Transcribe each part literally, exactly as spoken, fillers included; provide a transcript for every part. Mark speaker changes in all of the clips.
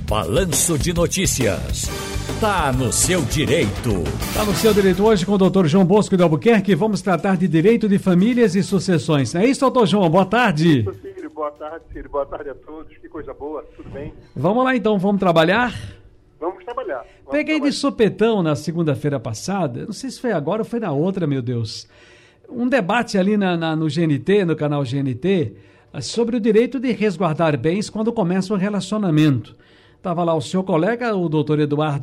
Speaker 1: Balanço de Notícias. Tá no seu direito.
Speaker 2: Tá no seu direito hoje com o doutor João Bosco de Albuquerque. Vamos tratar de direito de famílias e sucessões. É isso, doutor João? Boa tarde.
Speaker 3: Isso, Círio. Boa tarde, Círio. Boa tarde a todos. Que coisa boa. Tudo bem?
Speaker 2: Vamos lá, então. Vamos trabalhar?
Speaker 3: Vamos trabalhar. Vamos
Speaker 2: Peguei
Speaker 3: trabalhar.
Speaker 2: de supetão na segunda-feira passada. Não sei se foi agora ou foi na outra, meu Deus. Um debate ali na, na, no G N T, no canal G N T, sobre o direito de resguardar bens quando começa um relacionamento. Estava lá o seu colega, o doutor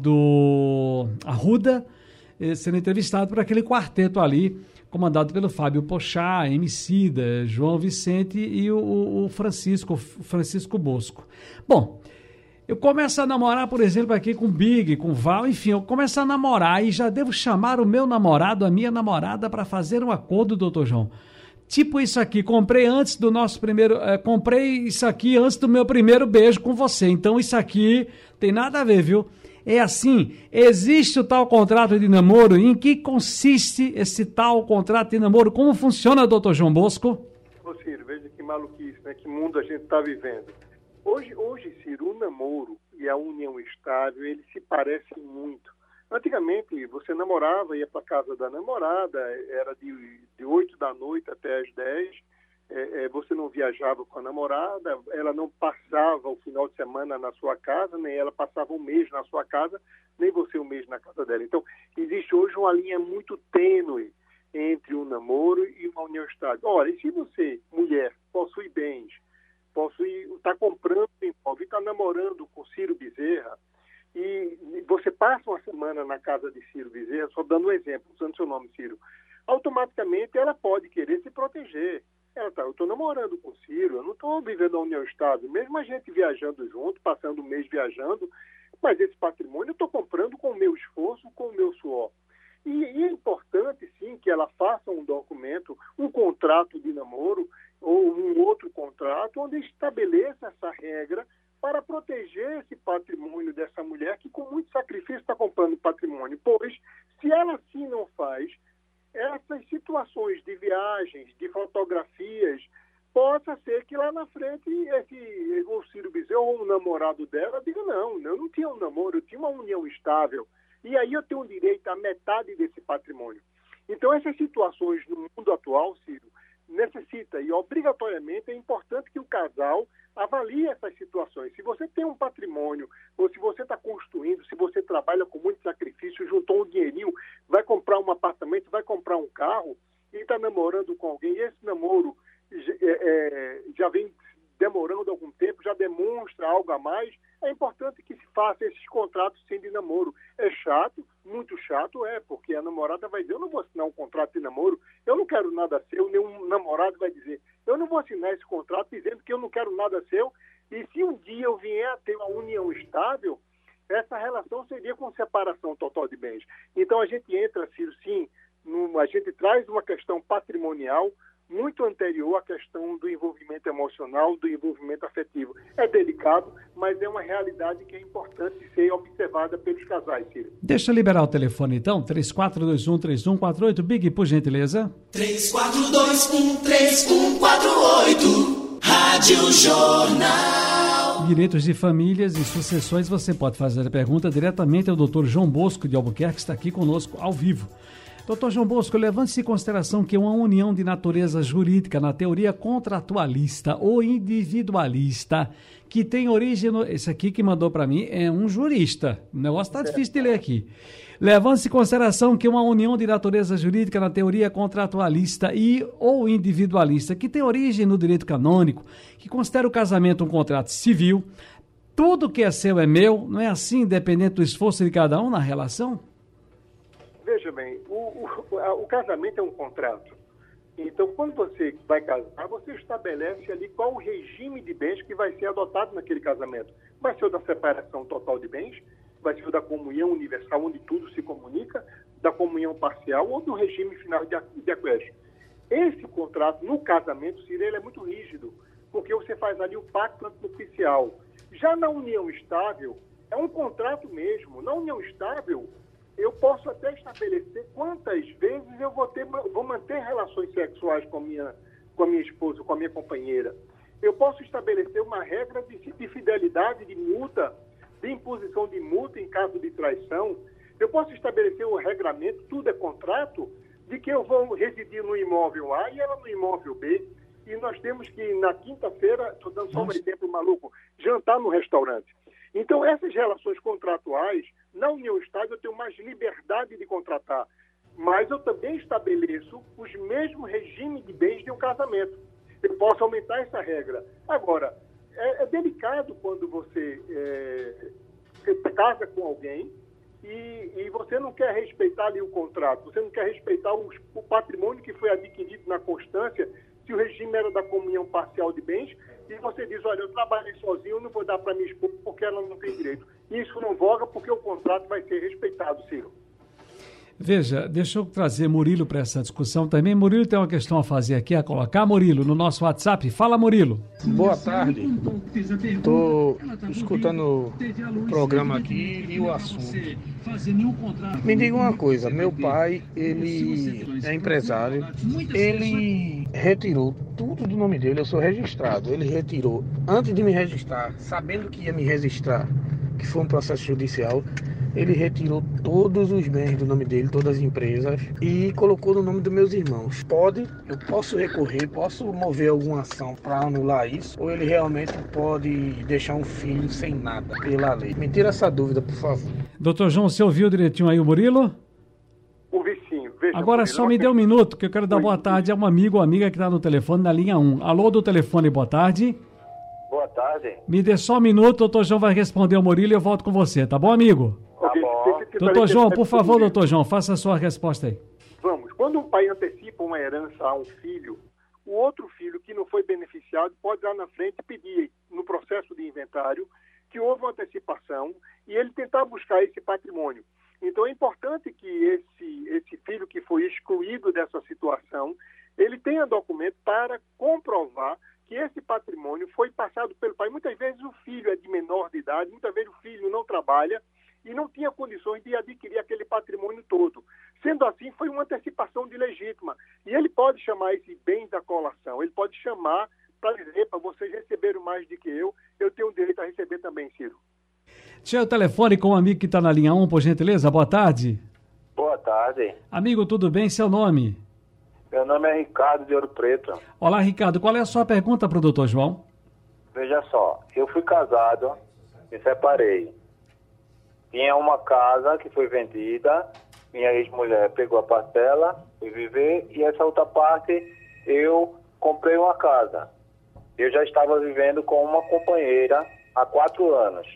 Speaker 2: Eduardo Arruda, sendo entrevistado por aquele quarteto ali, comandado pelo Fábio Pochá, Emicida, João Vicente e o, o Francisco, o Francisco Bosco. Bom, eu começo a namorar, por exemplo, aqui com o Big, com o Val, enfim, eu começo a namorar e já devo chamar o meu namorado, a minha namorada, para fazer um acordo, doutor João. Tipo isso aqui, comprei antes do nosso primeiro, é, comprei isso aqui antes do meu primeiro beijo com você, então isso aqui tem nada a ver, viu? É assim, existe o tal contrato de namoro, em que consiste esse tal contrato de namoro? Como funciona, doutor João Bosco?
Speaker 3: Ô, Ciro, veja que maluquice, né? Que mundo a gente está vivendo. Hoje, hoje, Ciro, o namoro e a união estável, eles se parecem muito. Antigamente, você namorava, ia para casa da namorada, era de, de oito da noite até as dez, é, é, você não viajava com a namorada, ela não passava o final de semana na sua casa, nem ela passava um mês na sua casa, nem você um mês na casa dela. Então, existe hoje uma linha muito tênue entre um namoro e uma união estável. Ora, e se você, mulher, possui bens, possui, está comprando imóvel, está namorando com Ciro Bezerra, e você passa uma semana na casa de Ciro Bezerra, só dando um exemplo, usando seu nome, Ciro, automaticamente ela pode querer se proteger. Ela tá, eu estou namorando com Ciro, eu não estou vivendo a união estável, mesmo a gente viajando junto, passando um mês viajando, mas esse patrimônio eu estou comprando com o meu esforço, com o meu suor. E, e é importante, sim, que ela faça um documento, um contrato de namoro, ou um outro contrato, onde estabeleça essa regra para proteger esse patrimônio dessa mulher que com muito sacrifício está comprando patrimônio. Pois, se ela assim não faz, essas situações de viagens, de fotografias, possa ser que lá na frente esse, o Ciro Bezerra ou o namorado dela diga, não, eu não tinha um namoro, eu tinha uma união estável. E aí eu tenho direito à metade desse patrimônio. Então, essas situações no mundo atual, Ciro, necessita e obrigatoriamente é importante que o casal avalie essas situações. Se você tem um patrimônio, ou se você está construindo, se você trabalha com muito sacrifício, juntou um dinheirinho, vai comprar um apartamento, vai comprar um carro, e está namorando com alguém, e esse namoro é, é, já vem demorando algum tempo, já demonstra algo a mais, é importante que se faça esses contratos sim de namoro. É chato, muito chato, é, porque a namorada vai dizer, eu não vou assinar um contrato de namoro, eu não quero nada seu, nenhum namorado vai dizer, eu não vou assinar esse contrato dizendo que eu não quero nada seu, e se um dia eu vier a ter uma união estável, essa relação seria com separação total de bens. Então a gente entra, Ciro, sim, numa, a gente traz uma questão patrimonial muito anterior à questão do envolvimento emocional, do envolvimento afetivo. É delicado, mas é uma realidade que é importante ser observada pelos casais, Ciro.
Speaker 2: Deixa eu liberar o telefone então, três quatro dois um, três um quatro oito, Big, por gentileza.
Speaker 4: três quatro dois um, três um quatro oito, Rádio Jornal.
Speaker 2: Direitos de famílias e sucessões, você pode fazer a pergunta diretamente ao doutor João Bosco de Albuquerque, que está aqui conosco ao vivo. doutor João Bosco, levando-se em consideração que uma união de natureza jurídica na teoria contratualista ou individualista, que tem origem... No... Esse aqui que mandou para mim é um jurista. O negócio está difícil de ler aqui. Levando-se em consideração que uma união de natureza jurídica na teoria contratualista e ou individualista, que tem origem no direito canônico, que considera o casamento um contrato civil, tudo que é seu é meu, não é assim, independente do esforço de cada um na relação?
Speaker 3: Veja bem, o, o, o casamento é um contrato. Então, quando você vai casar, você estabelece ali qual o regime de bens que vai ser adotado naquele casamento. Vai ser o da separação total de bens, vai ser o da comunhão universal, onde tudo se comunica, da comunhão parcial ou do regime final de, de acuérdio. Esse contrato, no casamento, Ciro, ele é muito rígido, porque você faz ali o pacto antinupcial. Já na união estável, é um contrato mesmo. Na união estável, eu posso até estabelecer quantas vezes eu vou, ter, vou manter relações sexuais com a, minha, com a minha esposa, com a minha companheira. Eu posso estabelecer uma regra de, de fidelidade, de multa, de imposição de multa em caso de traição, eu posso estabelecer um regramento, tudo é contrato, de que eu vou residir no imóvel A e ela no imóvel B. E nós temos que, na quinta-feira, estou dando só um exemplo maluco, jantar no restaurante. Então, essas relações contratuais, na união estável, eu tenho mais liberdade de contratar. Mas eu também estabeleço os mesmos regimes de bens de um casamento. Eu posso aumentar essa regra. Agora, é, é delicado quando você, é, você casa com alguém e, e você não quer respeitar ali o contrato, você não quer respeitar os, o patrimônio que foi adquirido na constância, se o regime era da comunhão parcial de bens, e você diz, olha, eu trabalhei sozinho, eu não vou dar para minha esposa porque ela não tem direito. Isso não voga porque o contrato vai ser respeitado, Ciro.
Speaker 2: Veja, deixa eu trazer Murilo para essa discussão também. Murilo tem uma questão a fazer aqui, a colocar. Murilo, no nosso WhatsApp. Fala, Murilo.
Speaker 5: Boa tarde. Estou escutando o programa aqui e o assunto. Me diga uma coisa, meu pai, ele é empresário, ele retirou tudo do nome dele, eu sou registrado, ele retirou, antes de me registrar, sabendo que ia me registrar, que foi um processo judicial, ele retirou todos os bens do nome dele, todas as empresas, e colocou no nome dos meus irmãos. Pode, eu posso recorrer, posso mover alguma ação para anular isso, ou ele realmente pode deixar um filho sem nada pela lei? Me tira essa dúvida, por favor.
Speaker 2: Doutor João, você ouviu direitinho aí o Murilo?
Speaker 3: Ouvi sim. Veja,
Speaker 2: Agora
Speaker 3: Murilo,
Speaker 2: só me dê um minuto, que eu quero dar boa tarde a um amigo ou amiga que está no telefone na linha um. Alô, do telefone, boa tarde.
Speaker 6: Boa tarde.
Speaker 2: Me dê só um minuto, doutor João vai responder o Murilo e eu volto com você, tá bom, amigo?
Speaker 6: Tá bom.
Speaker 2: Doutor João, por favor, doutor João, faça a sua resposta aí.
Speaker 3: Vamos. Quando um pai antecipa uma herança a um filho, o outro filho que não foi beneficiado pode lá na frente pedir, no processo de inventário, que houve uma antecipação e ele tentar buscar esse patrimônio. Então é importante que esse, esse filho que foi excluído dessa situação, ele tenha documento para comprovar que esse patrimônio foi passado pelo pai. Muitas vezes o filho é de menor de idade, muitas vezes o filho não trabalha e não tinha condições de adquirir aquele patrimônio todo. Sendo assim, foi uma antecipação de legítima. E ele pode chamar esse bem da colação, ele pode chamar para dizer, para vocês receberam mais do que eu, eu tenho direito a receber também, Ciro.
Speaker 2: Deixa o telefone com um amigo que está na linha um, por gentileza. Boa tarde.
Speaker 6: Boa tarde.
Speaker 2: Amigo, tudo bem? Seu nome?
Speaker 6: Meu nome é Ricardo de Ouro Preto.
Speaker 2: Olá, Ricardo. Qual é a sua pergunta para o doutor João?
Speaker 6: Veja só, eu fui casado, me separei. Tinha uma casa que foi vendida, minha ex-mulher pegou a parcela, fui viver, e essa outra parte eu comprei uma casa. Eu já estava vivendo com uma companheira há quatro anos.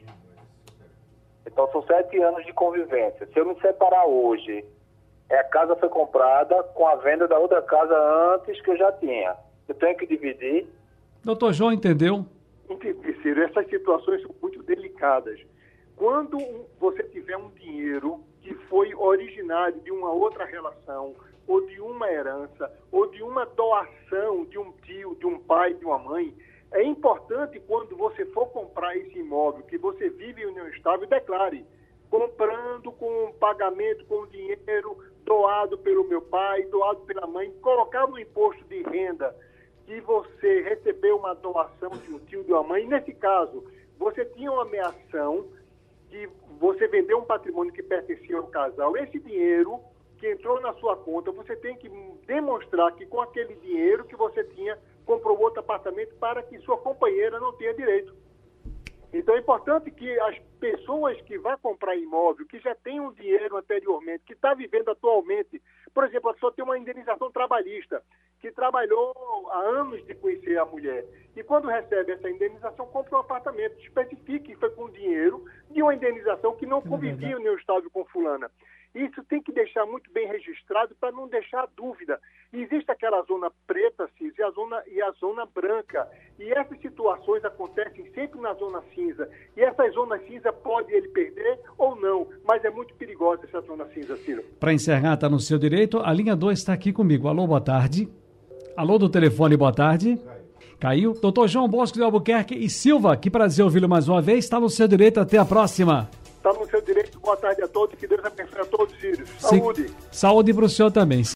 Speaker 6: Então são sete anos de convivência. Se eu me separar hoje, a casa foi comprada com a venda da outra casa antes que eu já tinha. Eu tenho que dividir.
Speaker 2: Doutor João, entendeu?
Speaker 3: Entendi, Ciro. Essas situações são muito delicadas. Quando você tiver um dinheiro que foi originário de uma outra relação, ou de uma herança, ou de uma doação de um tio, de um pai, de uma mãe, é importante quando você for comprar esse imóvel, que você vive em união estável, declare, comprando com pagamento, com dinheiro doado pelo meu pai, doado pela mãe, colocar no imposto de renda que você recebeu uma doação de um tio, de uma mãe. Nesse caso, você tinha uma ameação de você vender um patrimônio que pertencia ao casal. Esse dinheiro que entrou na sua conta, você tem que demonstrar que com aquele dinheiro que você tinha, comprou outro apartamento para que sua companheira não tenha direito. Então é importante que as pessoas que vão comprar imóvel, que já têm um dinheiro anteriormente, que está vivendo atualmente, por exemplo, a pessoa tem uma indenização trabalhista, que trabalhou há anos de conhecer a mulher, e quando recebe essa indenização, compra um apartamento, especifique que foi com dinheiro de uma indenização que não convivia no estável com fulana. Isso tem que deixar muito bem registrado para não deixar dúvida. Existe aquela zona preta, Cis, e a zona, e a zona branca. E essas situações acontecem sempre na zona cinza. E essa zona cinza pode ele perder ou não, mas é muito perigosa essa zona cinza, Ciro.
Speaker 2: Para encerrar, está no seu direito. A linha dois está aqui comigo. Alô, boa tarde. Alô do telefone, boa tarde. Caiu. Doutor João Bosco de Albuquerque e Silva, que prazer ouvi-lo mais uma vez. Está no seu direito. Até a próxima.
Speaker 3: Está no seu direito. Boa tarde a todos. Que Deus abençoe a todos, Ciro. Saúde.
Speaker 2: Se... Saúde para o senhor também.